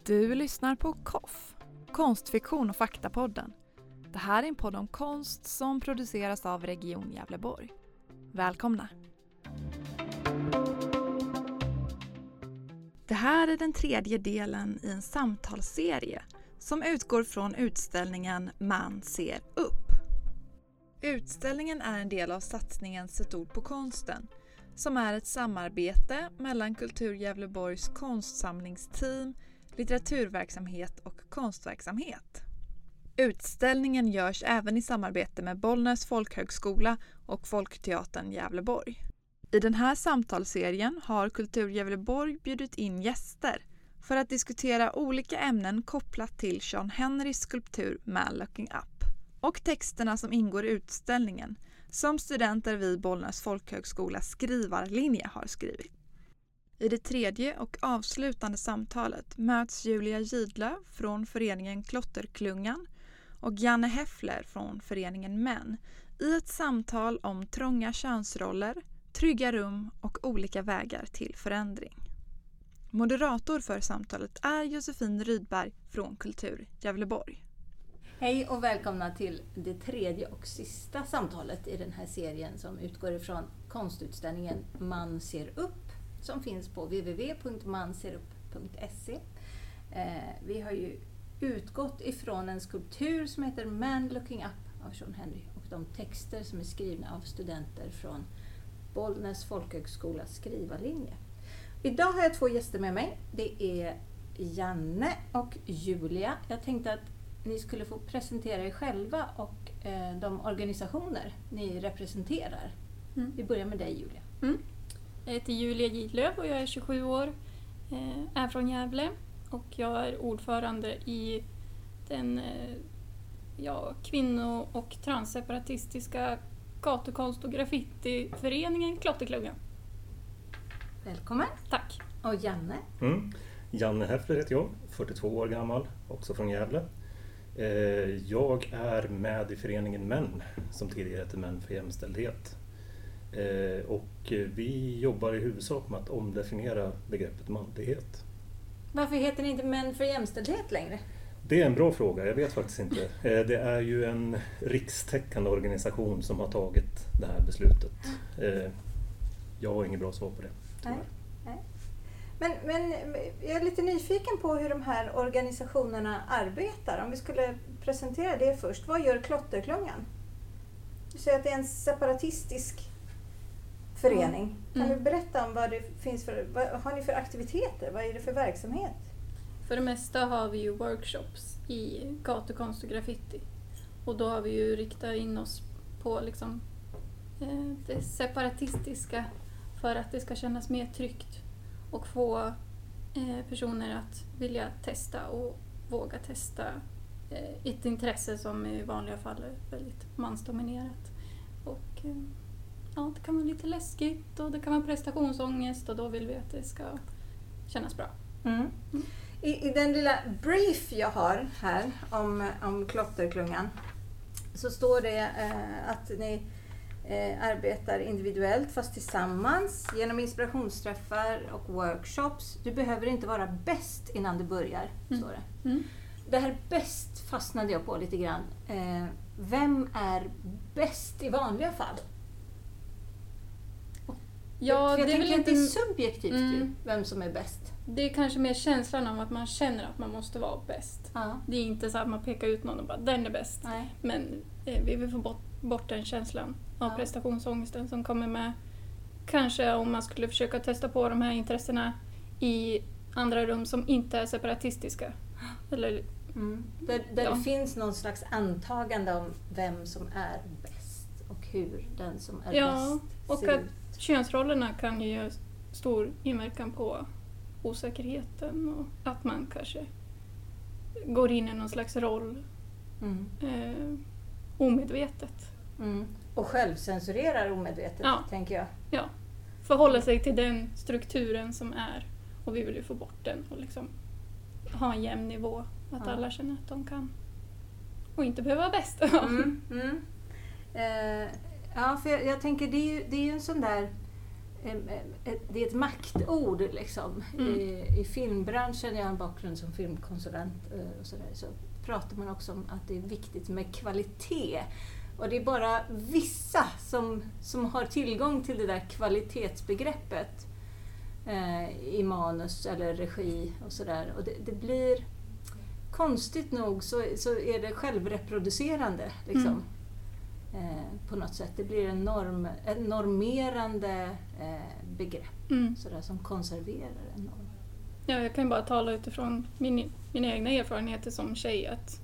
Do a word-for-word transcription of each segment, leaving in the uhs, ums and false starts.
Du lyssnar på K O F, Konstfiktion och faktapodden. Det här är en podd om konst som produceras av Region Gävleborg. Välkomna! Det här är den tredje delen i en samtalsserie som utgår från utställningen Man ser upp. Utställningen är en del av satsningen Sätt ord på konsten, som är ett samarbete mellan Kultur Gävleborgs konstsamlingsteam, litteraturverksamhet och konstverksamhet. Utställningen görs även i samarbete med Bollnäs folkhögskola och Folkteatern Gävleborg. I den här samtalsserien har Kultur Gävleborg bjudit in gäster för att diskutera olika ämnen kopplat till Sean Henrys skulptur Man Looking Up och texterna som ingår i utställningen som studenter vid Bollnäs folkhögskola skrivarlinje har skrivit. I det tredje och avslutande samtalet möts Julia Gidlöv från föreningen Klotterklungan och Janne Heffler från föreningen Män i ett samtal om trånga könsroller, trygga rum och olika vägar till förändring. Moderator för samtalet är Josefin Rydberg från Kultur Gävleborg. Hej och välkomna till det tredje och sista samtalet i den här serien som utgår ifrån konstutställningen Man ser upp som finns på w w w punkt man ser upp punkt se. Eh, vi har ju utgått ifrån en skulptur som heter Man Looking Up av Sean Henry och de texter som är skrivna av studenter från Bollnäs folkhögskola skrivarlinje. Idag har jag två gäster med mig. Det är Janne och Julia. Jag tänkte att ni skulle få presentera er själva och eh, de organisationer ni representerar. Mm. Vi börjar med dig, Julia. Mm. Jag heter Julia Gidlöv och jag är tjugosju år, eh, är från Gävle och jag är ordförande i den eh, ja, kvinno- och transseparatistiska gatukonst- och graffitiföreningen Klotterklungan. Välkommen. Tack. Och Janne? Mm. Janne Heffler heter jag, fyrtiotvå år gammal, också från Gävle. Eh, jag är med i föreningen Män, som tidigare hette Män för jämställdhet. Eh, och vi jobbar i huvudsak med att omdefiniera begreppet manlighet. Varför heter ni inte Män för jämställdhet längre? Det är en bra fråga, jag vet faktiskt inte. Eh, det är ju en rikstäckande organisation som har tagit det här beslutet. Eh, jag har inget bra svar på det. Nej, nej. Men, men jag är lite nyfiken på hur de här organisationerna arbetar. Om vi skulle presentera det först. Vad gör Klotterklungan? Du säger att det är en separatistisk förening. Kan mm. du berätta om vad det finns för, vad har ni för aktiviteter? Vad är det för verksamhet? För det mesta har vi ju workshops i gatukonst och graffiti. Och då har vi ju riktat in oss på liksom, eh, det separatistiska för att det ska kännas mer tryggt och få eh, personer att vilja testa och våga testa eh, ett intresse som i vanliga fall är väldigt mansdominerat. Och eh, ja, det kan vara lite läskigt och det kan vara prestationsångest och då vill vi att det ska kännas bra. Mm. Mm. I, I den lilla brief jag har här om, om Klotterklungan så står det eh, att ni eh, arbetar individuellt fast tillsammans genom inspirationsträffar och workshops. Du behöver inte vara bäst innan du börjar, mm. står det. Mm. Det här bäst fastnade jag på lite grann. Eh, vem är bäst i vanliga fall? Ja, jag det är tänker väl inte inte subjektivt mm. ju, vem som är bäst. Det är kanske mer känslan av att man känner att man måste vara bäst. Ja. Det är inte så att man pekar ut någon och bara, den är bäst. Nej. Men eh, vi vill få bort, bort den känslan av Ja. prestationsångesten som kommer med. Kanske om man skulle försöka testa på de här intressena i andra rum som inte är separatistiska. Eller, mm. Där, där ja. det finns någon slags antagande om vem som är bäst och hur den som är ja, bäst och ser att ut. könsrollerna kan ju göra stor inverkan på osäkerheten och att man kanske går in i någon slags roll Mm. eh, omedvetet. Mm. Och självcensurerar omedvetet, Ja. tänker jag. Ja, förhålla sig till den strukturen som är och vi vill ju få bort den och liksom ha en jämn nivå att Ja. alla känner att de kan och inte behöva vara bäst. Mm. Mm. Eh, ja, för jag, jag tänker det är ju, det är ju en sån där det är ett maktord liksom. Mm. I, I filmbranschen, jag har en bakgrund som filmkonsulent och sådär, så pratar man också om att det är viktigt med kvalitet. Och det är bara vissa som, som har tillgång till det där kvalitetsbegreppet eh, i manus eller regi och sådär. Och det, det blir, konstigt nog så, så är det självreproducerande liksom. Mm. Eh, på något sätt. Det blir en, norm, en normerande eh, begrepp Mm. sådär, som konserverar en norm. Ja, jag kan bara tala utifrån min, mina egna erfarenheter som tjej att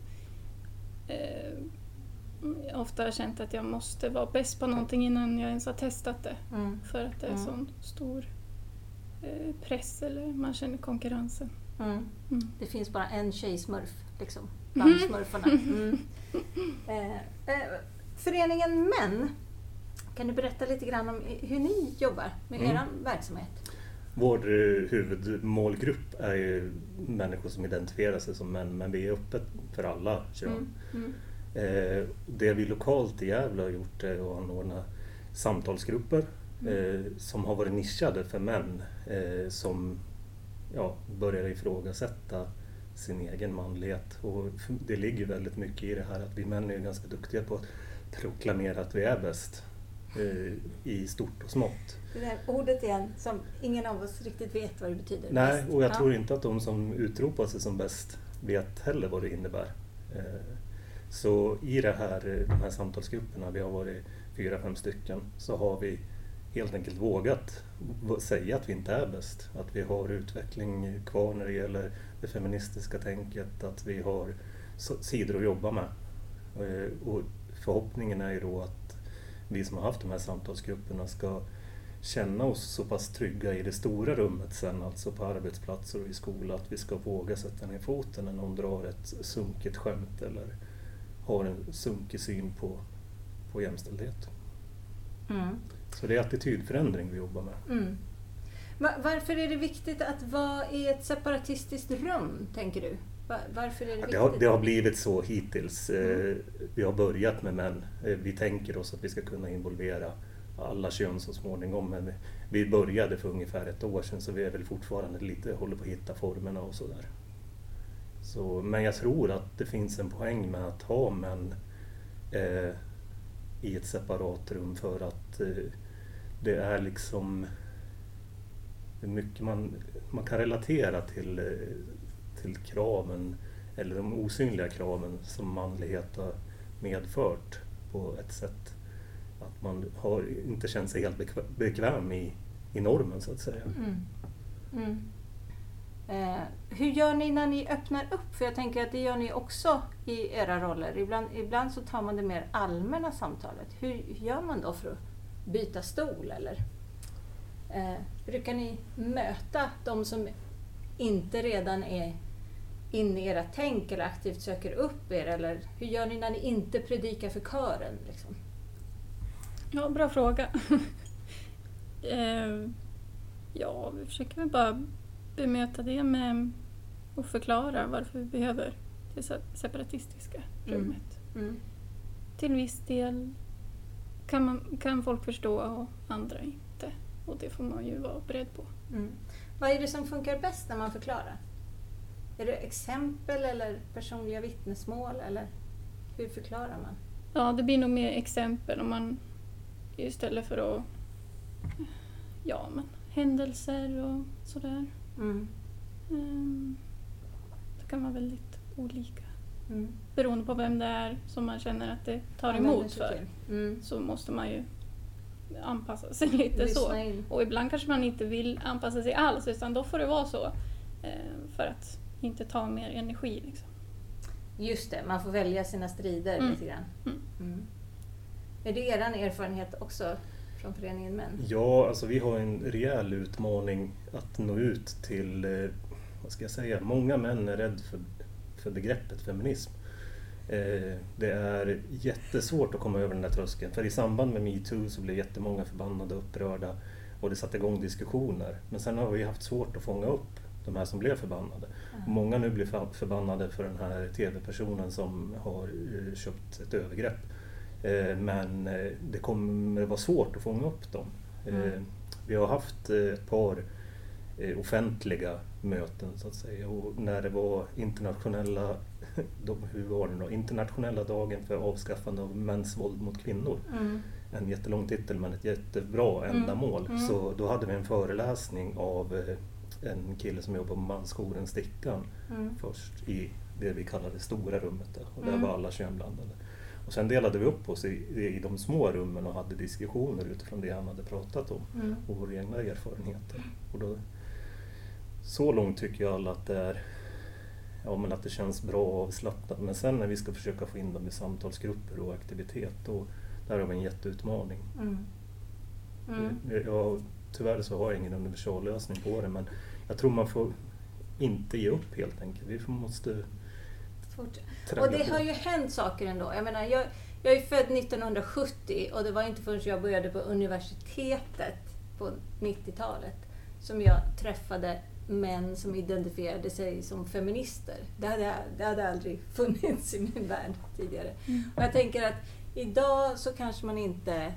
eh, jag ofta har känt att jag måste vara bäst på någonting innan jag ens har testat det. Mm. För att det är Mm. sån stor eh, press eller man känner konkurrensen. Mm. Mm. Det finns bara en tjejsmurf liksom, bland Mm. smurfarna. Mm. Eh, eh, föreningen Män, kan du berätta lite grann om hur ni jobbar med Mm. er verksamhet? Vår eh, huvudmålgrupp är ju människor som identifierar sig som män, men vi är öppet för alla kön. Mm. Mm. Eh, det vi lokalt i Gävle har gjort är att anordna samtalsgrupper Mm. eh, som har varit nischade för män eh, som ja, börjar ifrågasätta sin egen manlighet. Och det ligger väldigt mycket i det här att vi män är ganska duktiga på att proklamera att vi är bäst eh, i stort och smått. Det där ordet igen som ingen av oss riktigt vet vad det betyder. Nej, Bäst. och jag Ja. tror inte att de som utropar sig som bäst vet heller vad det innebär. Eh, Så i det här, de här samtalsgrupperna, vi har varit fyra, fem stycken, så har vi helt enkelt vågat säga att vi inte är bäst. Att vi har utveckling kvar när det gäller det feministiska tänket, att vi har sidor att jobba med. Och förhoppningen är ju då att vi som har haft de här samtalsgrupperna ska känna oss så pass trygga i det stora rummet sen, alltså på arbetsplatser och i skola, att vi ska våga sätta ner foten när någon drar ett sunkigt skämt eller har en sunkig syn på, på jämställdhet. Mm. Så det är attitydförändring vi jobbar med. Mm. Va- varför är det viktigt att vara i ett separatistiskt rum, tänker du? Va- varför är det viktigt? Det har, det har blivit så hittills. Mm. Eh, vi har börjat med män. Eh, vi tänker oss att vi ska kunna involvera alla kön så småningom. Men vi började för ungefär ett år sedan, så vi är väl fortfarande lite håller på att hitta formerna och sådär. Så, men jag tror att det finns en poäng med att ha män eh, i ett separat rum, för att eh, det är liksom det är mycket man, man kan relatera till, eh, till kraven, eller de osynliga kraven som manlighet har medfört på ett sätt att man har inte känt sig helt bekväm, bekväm i, i normen så att säga. Mm. Mm. Eh, hur gör ni när ni öppnar upp? För jag tänker att det gör ni också i era roller. Ibland, ibland så tar man det mer allmänna samtalet. Hur gör man då för att byta stol? Eller eh, brukar ni möta de som inte redan är inne i era tänk eller aktivt söker upp er? Eller hur gör ni när ni inte predikar för kören? Liksom? Ja, bra fråga. eh, ja, vi försöker väl bara bemöta det med att förklara varför vi behöver det separatistiska rummet. Mm. Mm. Till viss del kan, man, kan folk förstå och andra inte. Och det får man ju vara beredd på. Mm. Vad är det som funkar bäst när man förklarar? Är det exempel eller personliga vittnesmål? Eller hur förklarar man? Ja, det blir nog mer exempel om man istället för att ja, men händelser och sådär. Mm. Um, det kan vara väldigt olika. Mm. Beroende på vem det är som man känner att det tar Använder emot sig för. till. Mm. Så måste man ju anpassa sig lite Lyssna så. in. Och ibland kanske man inte vill anpassa sig alls, utan då får det vara så. Eh, för att inte ta mer energi. Liksom. Just det, man får välja sina strider Mm. lite grann. Mm. Mm. Är det er erfarenhet också från föreningen Män? Ja, alltså vi har en rejäl utmaning att nå ut till, eh, vad ska jag säga, många män är rädda för, för begreppet feminism. Eh, det är jättesvårt att komma över den där tröskeln, för i samband med MeToo så blev jättemånga förbannade och upprörda och det satte igång diskussioner. Men sen har vi haft svårt att fånga upp de här som blev förbannade. Mm. Många nu blir förbannade för den här tv-personen som har eh, köpt ett övergrepp. Eh, men eh, det kommer vara svårt att fånga upp dem. Eh, Mm. vi har haft ett par offentliga möten så att säga, och när det var internationella, hur var det då? internationella dagen för avskaffande av mäns våld mot kvinnor. Mm. En jättelång titel men ett jättebra ändamål. Mm. Mm. Så då hade vi en föreläsning av en kille som jobbar på mansjouren Stickan mm. först i det vi kallade stora rummet där, och där mm. var alla könblandade. Och sen delade vi upp oss i, i de små rummen och hade diskussioner utifrån det han hade pratat om mm. och våra egna erfarenheter. Och då, så långt tycker jag alla att det är, ja, men att det känns bra och avslappnat. Men sen när vi ska försöka få in dem i samtalsgrupper och aktivitet, då där har vi en jätteutmaning. Mm. Mm. Jag, tyvärr så har jag ingen universallösning på det, men jag tror man får inte ge upp helt enkelt. Vi måste Och det har ju hänt saker ändå. Jag menar, jag, jag är född nittonhundrasjuttio och det var inte förrän jag började på universitetet på nittiotalet som jag träffade män som identifierade sig som feminister. Det hade, det hade aldrig funnits i min värld tidigare. Mm. Och jag tänker att idag så kanske man inte,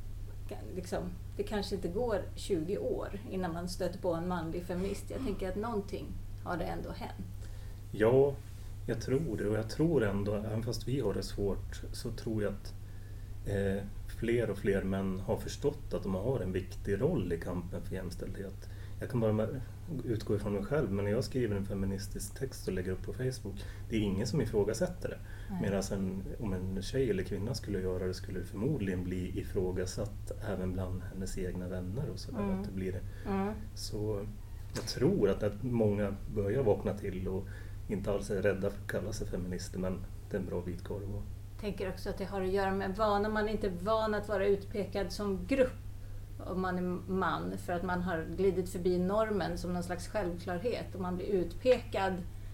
liksom, det kanske inte går tjugo år innan man stöter på en manlig feminist. Jag tänker att någonting har det ändå hänt. Ja, jag tror det, och jag tror ändå, även fast vi har det svårt, så tror jag att eh, fler och fler män har förstått att de har en viktig roll i kampen för jämställdhet. Jag kan bara utgå ifrån mig själv, men när jag skriver en feministisk text och lägger upp på Facebook, det är ingen som ifrågasätter det. Medan en, om en tjej eller kvinna skulle göra det, skulle det förmodligen bli ifrågasatt även bland hennes egna vänner och sådär. Mm. Att det blir det. Mm. Så jag tror att, att många börjar vakna till och inte alls är rädda för att kalla sig feminister, men det är en bra bit kvar att gå. Jag tänker också att det har att göra med vana. Man är inte van att vara utpekad som grupp om man är man, för att man har glidit förbi normen som någon slags självklarhet. Om man blir utpekad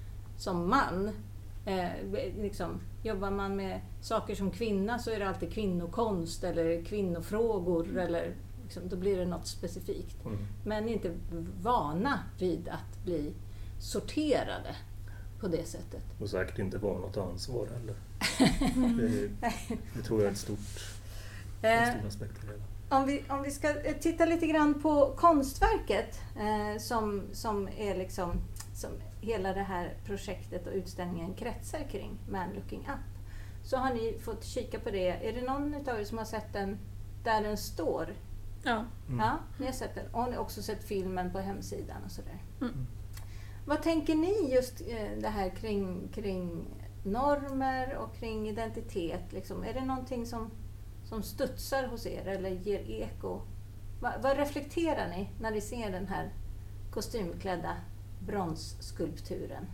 som man, eh, liksom, jobbar man med saker som kvinna så är det alltid kvinnokonst eller kvinnofrågor, mm. eller liksom, då blir det något specifikt. Mm. Men är inte vana vid att bli sorterade på det sättet. Och säkert inte vara något ansvar heller. det, det tror jag är ett stort, en stor aspekt i det hela. Om vi, om vi ska titta lite grann på konstverket eh, som, som är liksom som hela det här projektet och utställningen kretsar kring, Man Looking Up, så har ni fått kika på det. Är det någon av er som har sett den där den står? Ja. Mm. Ja, ni har sett den. Och ni har också sett filmen på hemsidan och sådär. Mm. Vad tänker ni just eh, det här kring, kring normer och kring identitet? Liksom? Är det någonting som som studsar hos er eller ger eko? Va, vad reflekterar ni när ni ser den här kostymklädda bronsskulpturen?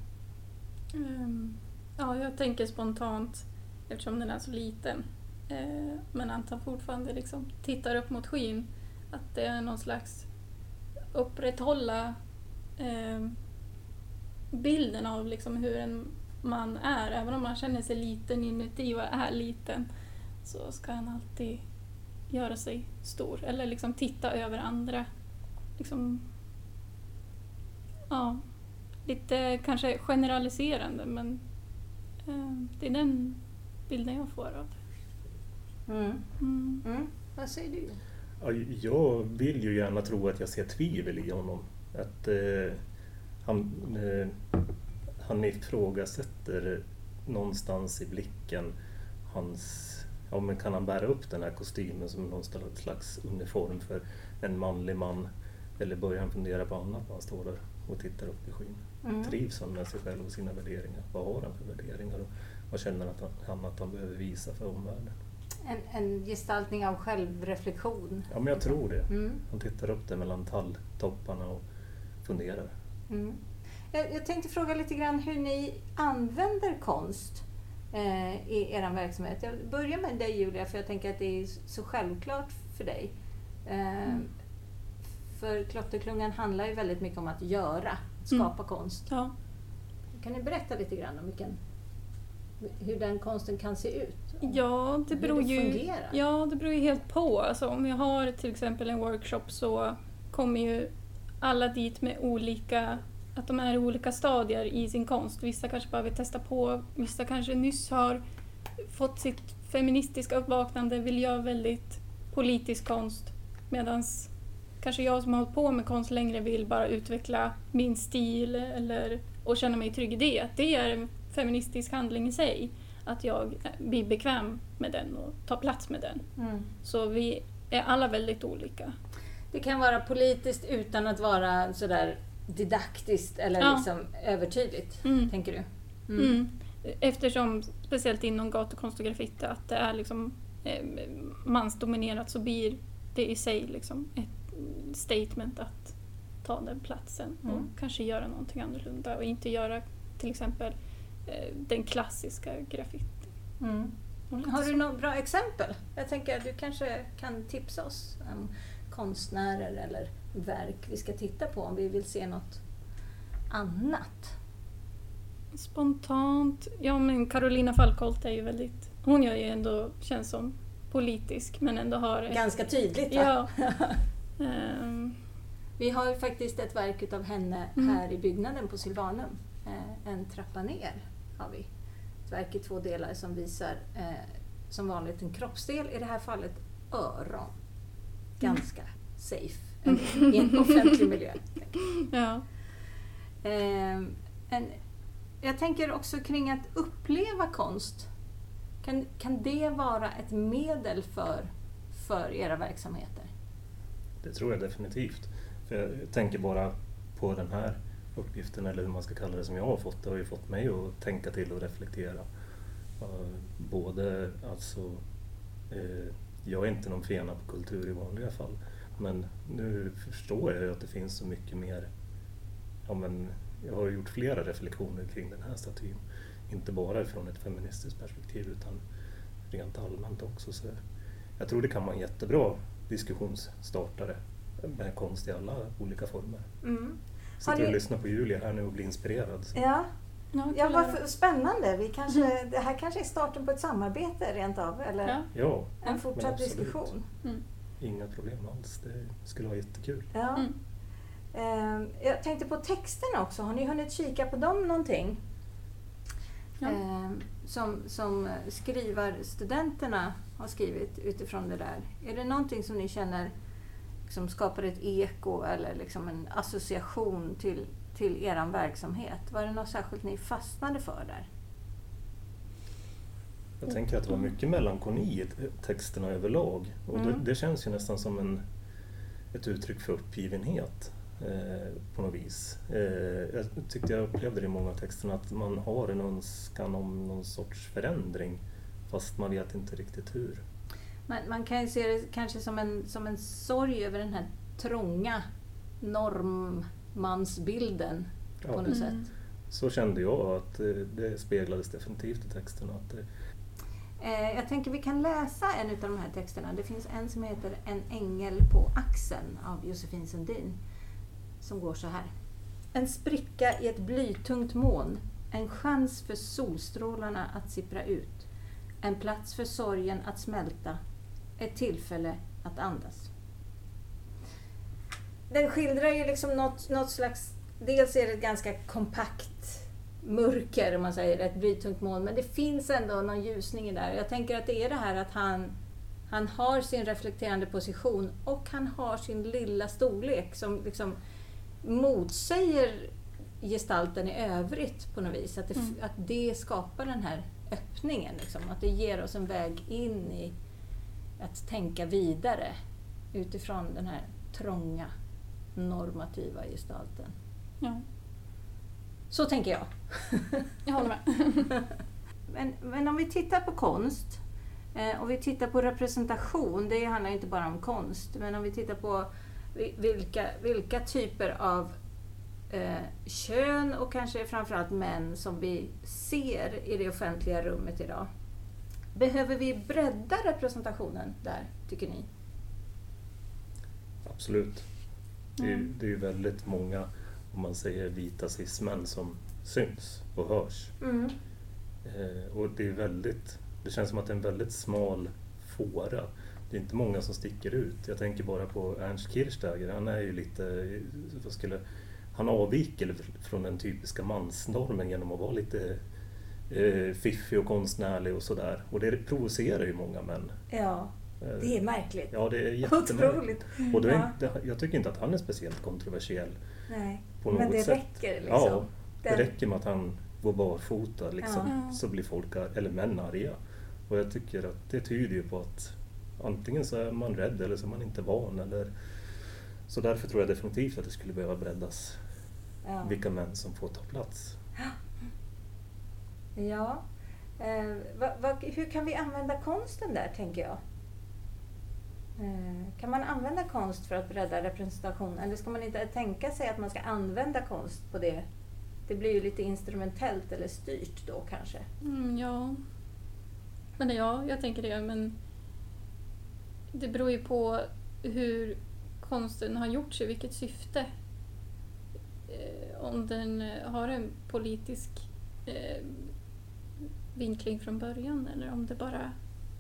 Um, ja, jag tänker spontant, eftersom den är så liten, eh, men antar fortfarande liksom tittar upp mot skyn, att det är någon slags upprätthålla eh, bilden av liksom hur en man är. Även om man känner sig liten inuti och är liten, så ska han alltid göra sig stor. Eller liksom titta över andra. Liksom, ja, lite kanske generaliserande, men eh, det är den bilden jag får av det. Mm. Mm. Mm. Vad säger du? Ja, jag vill ju gärna tro att jag ser tvivel i honom. Att eh, han, eh, han ifrågasätter någonstans i blicken hans... Ja, men kan han bära upp den här kostymen som någon slags uniform för en manlig man? Eller börjar han fundera på annat när han står där och tittar upp i skyn? Mm. Trivs han med sig själv och sina värderingar? Vad har han för värderingar? Och vad känner han att han behöver visa för omvärlden? En, en gestaltning av självreflektion? Ja, men jag tror det. Mm. Han tittar upp det mellan talltopparna och funderar. Mm. Jag, jag tänkte fråga lite grann hur ni använder konst i er verksamhet. Jag börjar med dig, Julia, för jag tänker att det är så självklart för dig. Mm. För Klotterklungan handlar ju väldigt mycket om att göra, skapa mm. konst. Ja. Kan ni berätta lite grann om vilken, hur den konsten kan se ut? Ja, det beror det ju fungerar? Ja, det beror ju helt på. Alltså, om jag har till exempel en workshop så kommer ju alla dit med olika, att de är i olika stadier i sin konst. Vissa kanske bara vill testa på, vissa kanske nyss har fått sitt feministiska uppvaknande, vill göra väldigt politisk konst, medan kanske jag som har hållit på med konst längre vill bara utveckla min stil eller, och känna mig trygg i det. Att det är en feministisk handling i sig. Att jag blir bekväm med den och tar plats med den. Mm. Så vi är alla väldigt olika. Det kan vara politiskt utan att vara sådär didaktiskt eller ja. liksom övertydligt, mm. tänker du? Mm. Mm. Eftersom, speciellt inom gatukonst och graffiti, att det är liksom eh, mansdominerat, så blir det i sig liksom ett statement att ta den platsen och mm. kanske göra någonting annorlunda och inte göra till exempel eh, den klassiska graffiti. Mm. Har du några bra exempel? Jag tänker att du kanske kan tipsa oss om konstnärer eller verk vi ska titta på om vi vill se något annat. Spontant, ja men Carolina Falkholt är ju väldigt, hon gör ju ändå, känns som politisk men ändå har ett, ganska tydligt va? Ja. um, vi har ju faktiskt ett verk utav henne mm. här i byggnaden på Silvanum. Eh, en trappa ner har vi. Ett verk i två delar som visar eh, som vanligt en kroppsdel, i det här fallet öron. Ganska mm. safe en, i en offentlig miljö. Ja. Eh, en, jag tänker också kring att uppleva konst. Kan, kan det vara ett medel för, för era verksamheter? Det tror jag definitivt. För jag tänker bara på den här uppgiften, eller hur man ska kalla det, som jag har fått. Det har ju fått mig att tänka till och reflektera. Uh, både alltså, uh, jag är inte någon fena på kultur i vanliga fall. Men nu förstår jag ju att det finns så mycket mer. Ja, men jag har gjort flera reflektioner kring den här statyn. Inte bara från ett feministiskt perspektiv utan rent allmänt också. Så jag tror det kan vara en jättebra diskussionsstartare med konst i alla olika former. Mm. Sitter ni... och lyssnar på Julia här nu och blir inspirerad. Så. Ja, ja vad spännande. Vi kanske, mm. Det här kanske är starten på ett samarbete rent av. Eller ja. Ja, en fortsatt diskussion. Mm. Inga problem alls. Det skulle vara jättekul. Ja. Mm. Uh, jag tänkte på texterna också. Har ni hunnit kika på dem någonting? Ja. Uh, som, som skrivarstudenterna har skrivit utifrån det där. Är det någonting som ni känner som skapar ett eko eller liksom en association till, till er verksamhet? Var det något särskilt ni fastnade för där? Jag tänker att det var mycket melankoli i texterna överlag. Och mm. det, det känns ju nästan som en, ett uttryck för uppgivenhet eh, på något vis. Eh, jag tyckte jag upplevde det i många texterna att man har en önskan om någon sorts förändring fast man vet inte riktigt hur. Man, man kan ju se det kanske som en, som en sorg över den här trånga normmansbilden på ja, något sätt. Så kände jag att det, det speglades definitivt i texterna. Att det... eh, jag tänker vi kan läsa en av de här texterna. Det finns en som heter En ängel på axeln av Josefin Sundin som går så här. En spricka i ett blytungt moln. En chans för solstrålarna att sippra ut. En plats för sorgen att smälta. Ett tillfälle att andas. Den skildrar ju liksom något, något slags... Dels är det ett ganska kompakt mörker, om man säger, ett blytungt moln. Men det finns ändå någon ljusning i där. Jag tänker att det är det här att han, han har sin reflekterande position och han har sin lilla storlek som liksom motsäger gestalten i övrigt på något vis. Att det, mm. att det skapar den här öppningen. Liksom. Att det ger oss en väg in i att tänka vidare utifrån den här trånga normativa gestalten. Ja. Så tänker jag. Jag håller med. men, men om vi tittar på konst eh, och vi tittar på representation, det handlar inte bara om konst, men om vi tittar på vilka, vilka typer av eh, kön och kanske framförallt män som vi ser i det offentliga rummet idag. Behöver vi bredda representationen där, tycker ni? Absolut. Det är, mm. det är ju väldigt många, om man säger vita cis-män, som syns och hörs. Mm. Eh, och det är väldigt, det känns som att det är en väldigt smal fåra. Det är inte många som sticker ut. Jag tänker bara på Ernst Kirchsteiger. Han är ju lite, vad skulle, han avviker från den typiska mansnormen genom att vara lite eh, fiffig och konstnärlig och sådär. Och det provocerar ju många män. Ja. Det är märkligt. Ja, det är jättemärkligt. Otroligt. Och då är Ja. inte, jag tycker inte att han är speciellt kontroversiell. Nej. På något Men det sätt. räcker liksom. Ja, det Den- räcker med att han går barfota liksom, Ja. så blir folk, ar- eller män, arga. Och jag tycker att det tyder ju på att antingen så är man rädd eller så är man inte van. Eller, så därför tror jag definitivt att det skulle behöva breddas Ja. vilka män som får ta plats. Ja. Eh, va, va, hur kan vi använda konsten där, tänker jag? Eh, kan man använda konst för att bredda representation? Eller ska man inte tänka sig att man ska använda konst på det? Det blir ju lite instrumentellt eller styrt då kanske. Mm, ja. Men ja, jag tänker det. Men det beror ju på hur konsten har gjorts, i vilket syfte. Eh, om den eh, har en politisk eh, vinkling från början eller om det bara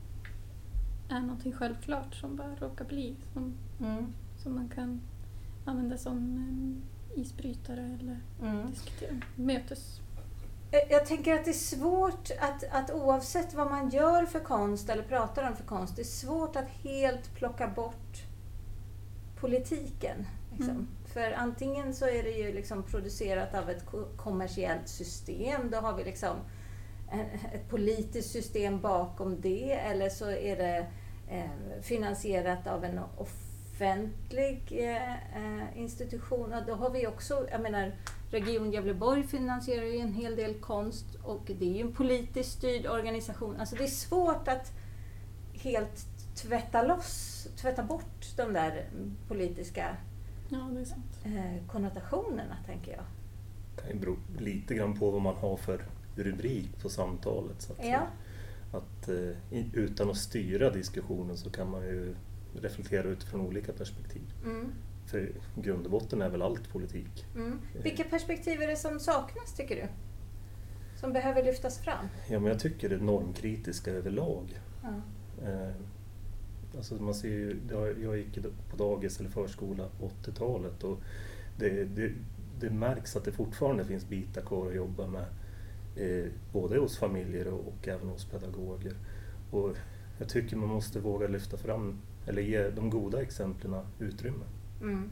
är någonting självklart som bara råkar bli. Som, Mm. som man kan använda som en isbrytare eller Mm. diskutera. Mötes. Eh, Jag tänker att det är svårt att, att oavsett vad man gör för konst eller pratar om för konst, det är svårt att helt plocka bort politiken. Liksom. Mm. För antingen så är det ju liksom producerat av ett ko- kommersiellt system, då har vi liksom en- ett politiskt system bakom det, eller så är det eh, finansierat av en offentlig eh, eh, institution. Och då har vi också, jag menar, Region Gävleborg finansierar ju en hel del konst och det är ju en politiskt styrd organisation. Alltså det är svårt att helt tvätta loss, tvätta bort de där politiska Ja, det är sant. eh, konnotationerna, tänker jag. Det kan ju bero lite grann på vad man har för rubrik på samtalet. Så att, Ja. att, eh, i- utan att styra diskussionen så kan man ju reflektera utifrån olika perspektiv. Mm. För i grund och botten är väl allt politik. Mm. Vilka perspektiv är det som saknas, tycker du? Som behöver lyftas fram? Ja, men jag tycker det är normkritiska överlag. Ja. Eh, alltså man ser ju, jag, jag gick på dagis eller förskola på åttiotalet och det, det, det märks att det fortfarande finns bitar kvar att jobba med. Eh, både hos familjer och, och även hos pedagoger. Och jag tycker man måste våga lyfta fram eller ge de goda exemplen utrymme. Mm.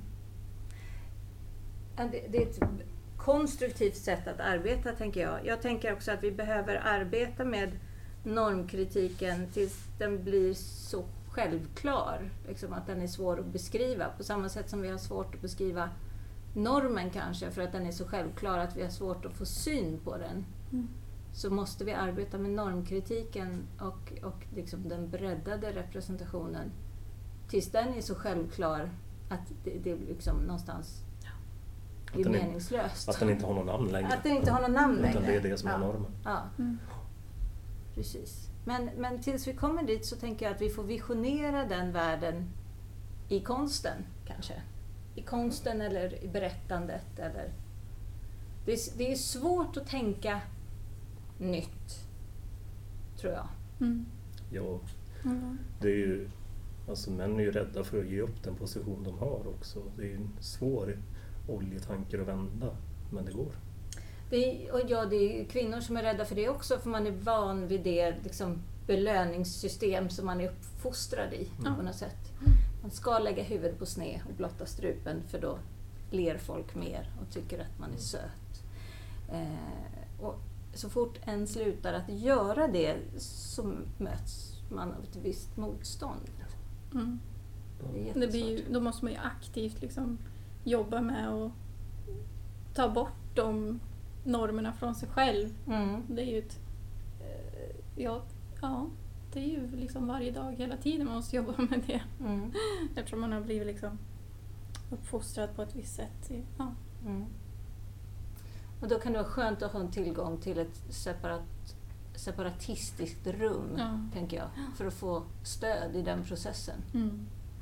Ja, det, det är ett konstruktivt sätt att arbeta, tänker jag. Jag tänker också att vi behöver arbeta med normkritiken tills den blir så självklar. Liksom att den är svår att beskriva. På samma sätt som vi har svårt att beskriva normen kanske, för att den är så självklar att vi har svårt att få syn på den. Mm. Så måste vi arbeta med normkritiken och, och liksom den breddade representationen tills den är så självklar att det, det liksom någonstans blir den är- meningslöst. Att den inte har någon namn längre. Att den inte har någon namn längre. Utan det är det som är Ja. normen. Ja, Mm. precis. Men, men tills vi kommer dit så tänker jag att vi får visionera den världen i konsten, kanske. I konsten eller i berättandet. Eller... Det, är, det är svårt att tänka nytt, tror jag. Mm. Ja, Mm. det är ju, alltså män är ju rädda för att ge upp den position de har också. Det är ju en svår oljetanker att vända, men det går. Det är, och ja, det är kvinnor som är rädda för det också, för man är van vid det liksom, belöningssystem som man är uppfostrad i Mm. på något sätt. Man ska lägga huvudet på sned och blotta strupen, för då ler folk mer och tycker att man är söt. Eh, och så fort en slutar att göra det så möts man av ett visst motstånd. Mm. Det är Det blir ju, jättesvårt. då måste man ju aktivt liksom jobba med att ta bort de normerna från sig själv. Mm. Det är ju ett... eh, Ja, ja, det är ju liksom varje dag, hela tiden man måste jobba med det. Mm. Eftersom man har blivit liksom uppfostrad på ett visst sätt. Ja. Mm. Och då kan det vara skönt att ha en tillgång till ett separat, separatistiskt rum, Ja. tänker jag, för att få stöd i den processen. Mm.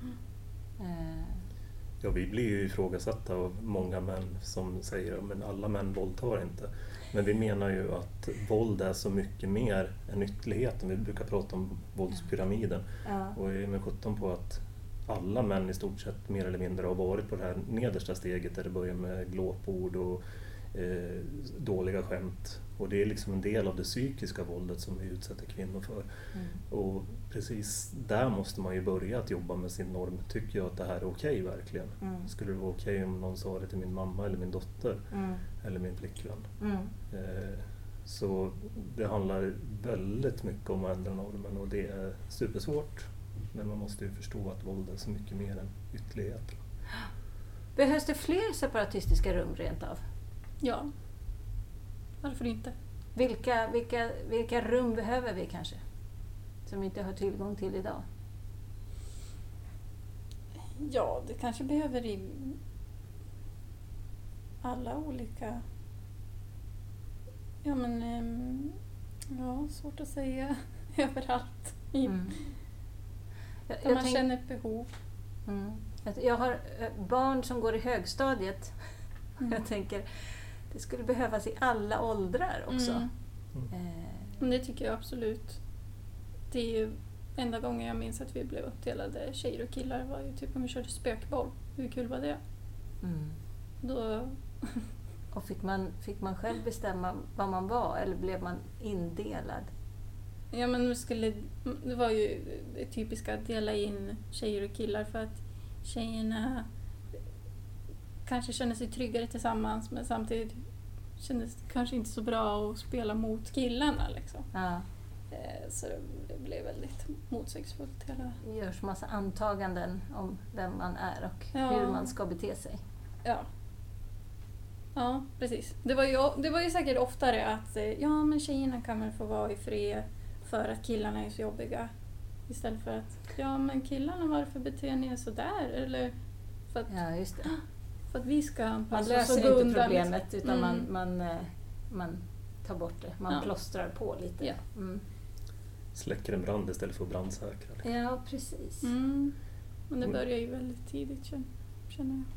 Eh, Ja, vi blir ju ifrågasatta av många män som säger att alla män våldtar inte. Men vi menar ju att våld är så mycket mer än ytterligheten. Vi brukar prata om våldspyramiden. ja. Och jag är med sjutton på att alla män i stort sett mer eller mindre har varit på det här nedersta steget där det börjar med glåpord och eh, dåliga skämt. Och det är liksom en del av det psykiska våldet som vi utsätter kvinnor för. Mm. Och precis där måste man ju börja att jobba med sin norm. Tycker jag att det här är okej verkligen? Mm. Skulle det vara okej om någon sa det till min mamma eller min dotter Mm. eller min flickvän? Mm. Eh, så det handlar väldigt mycket om att ändra normen och det är supersvårt. Men man måste ju förstå att våld är så mycket mer än ytterligheter. Behövs det fler separatistiska rum rent av? Ja, varför inte? Vilka, vilka, vilka rum behöver vi kanske? Som vi inte har tillgång till idag. Ja, det kanske behöver i alla olika... Ja, men... ehm, Ja, svårt att säga överallt. I, Mm. Jag, där jag, man tänk, känner ett behov. mm. Att jag har eh, barn som går i högstadiet. Mm. Jag tänker, det skulle behövas i alla åldrar också. Mm. Eh, Men det tycker jag absolut. Det är ju enda gången jag minns att vi blev uppdelade tjejer och killar var ju typ om vi körde spökboll. Hur kul var det? mm. Då, Och fick man, fick man själv bestämma vad man var eller blev man indelad? ja, men vi skulle, det var ju det typiska att dela in tjejer och killar för att tjejerna kanske kände sig tryggare tillsammans men samtidigt kändes det kanske inte så bra att spela mot killarna. Liksom. Ja. Eh, Så det, det blev väldigt motsägelsefullt hela... Det görs massa antaganden om vem man är och Ja. hur man ska bete sig. Ja. Ja, precis. Det var ju, det var ju säkert oftare att eh, ja, men tjejerna kan väl få vara i fred för att killarna är så jobbiga. Istället för att, ja men killarna, varför beter ni er så där? Eller för att, Ja, just det. för att vi ska Man anpassa oss och löser gå inte undan, problemet liksom. utan man, Mm. man, eh, man tar bort det. Man Ja. plåstrar på lite. Ja. Mm. Släcker en brand istället för att brandsäkra. liksom. Ja, precis. Mm. Men det Mm. börjar ju väldigt tidigt, känner- känner jag.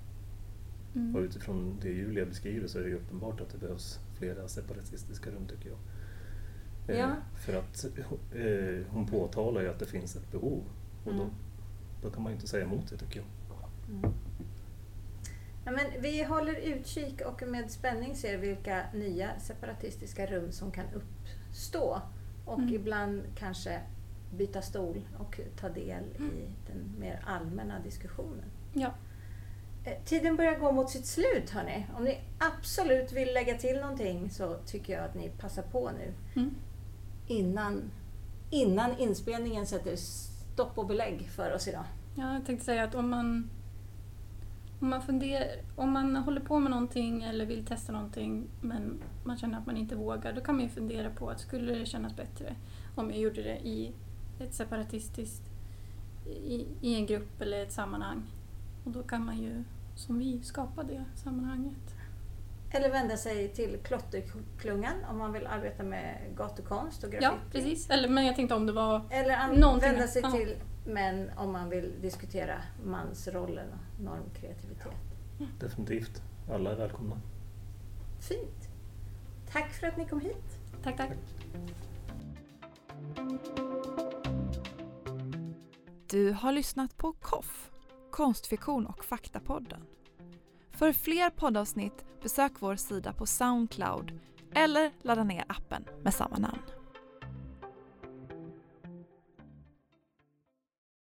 Och Mm. utifrån det Julia beskriver så är det ju uppenbart att det behövs flera separatistiska rum tycker jag. Eh, Ja. För att eh, hon påtalar ju att det finns ett behov och Mm. då, då kan man ju inte säga emot det tycker jag. Mm. Ja, men vi håller utkik och med spänning ser vilka nya separatistiska rum som kan uppstå. Och Mm. ibland kanske byta stol och ta del i den mer allmänna diskussionen. Ja. Eh, Tiden börjar gå mot sitt slut, hörni. Om ni absolut vill lägga till någonting så tycker jag att ni passar på nu. Mm. Innan, innan inspelningen sätter stopp och belägg för oss idag. Ja, jag tänkte säga att om man, om man funderar, om man håller på med någonting eller vill testa någonting men man känner att man inte vågar, då kan man ju fundera på att skulle det kännas bättre om jag gjorde det i ett separatistiskt, i, i en grupp eller ett sammanhang. Och då kan man ju, som vi, skapa det sammanhanget. Eller vända sig till Klotterklungan om man vill arbeta med gatukonst och graffiti. Ja, precis. Eller, men jag tänkte om det var... Eller an- Någonting- vända sig ja. till män om man vill diskutera mansrollen och normkreativitet. Definitivt. Alla är välkomna. Fint! Tack för att ni kom hit. Tack, tack. Du har lyssnat på K O F, Konstfiktion och faktapodden. För fler poddavsnitt besök vår sida på Soundcloud eller ladda ner appen med samma namn.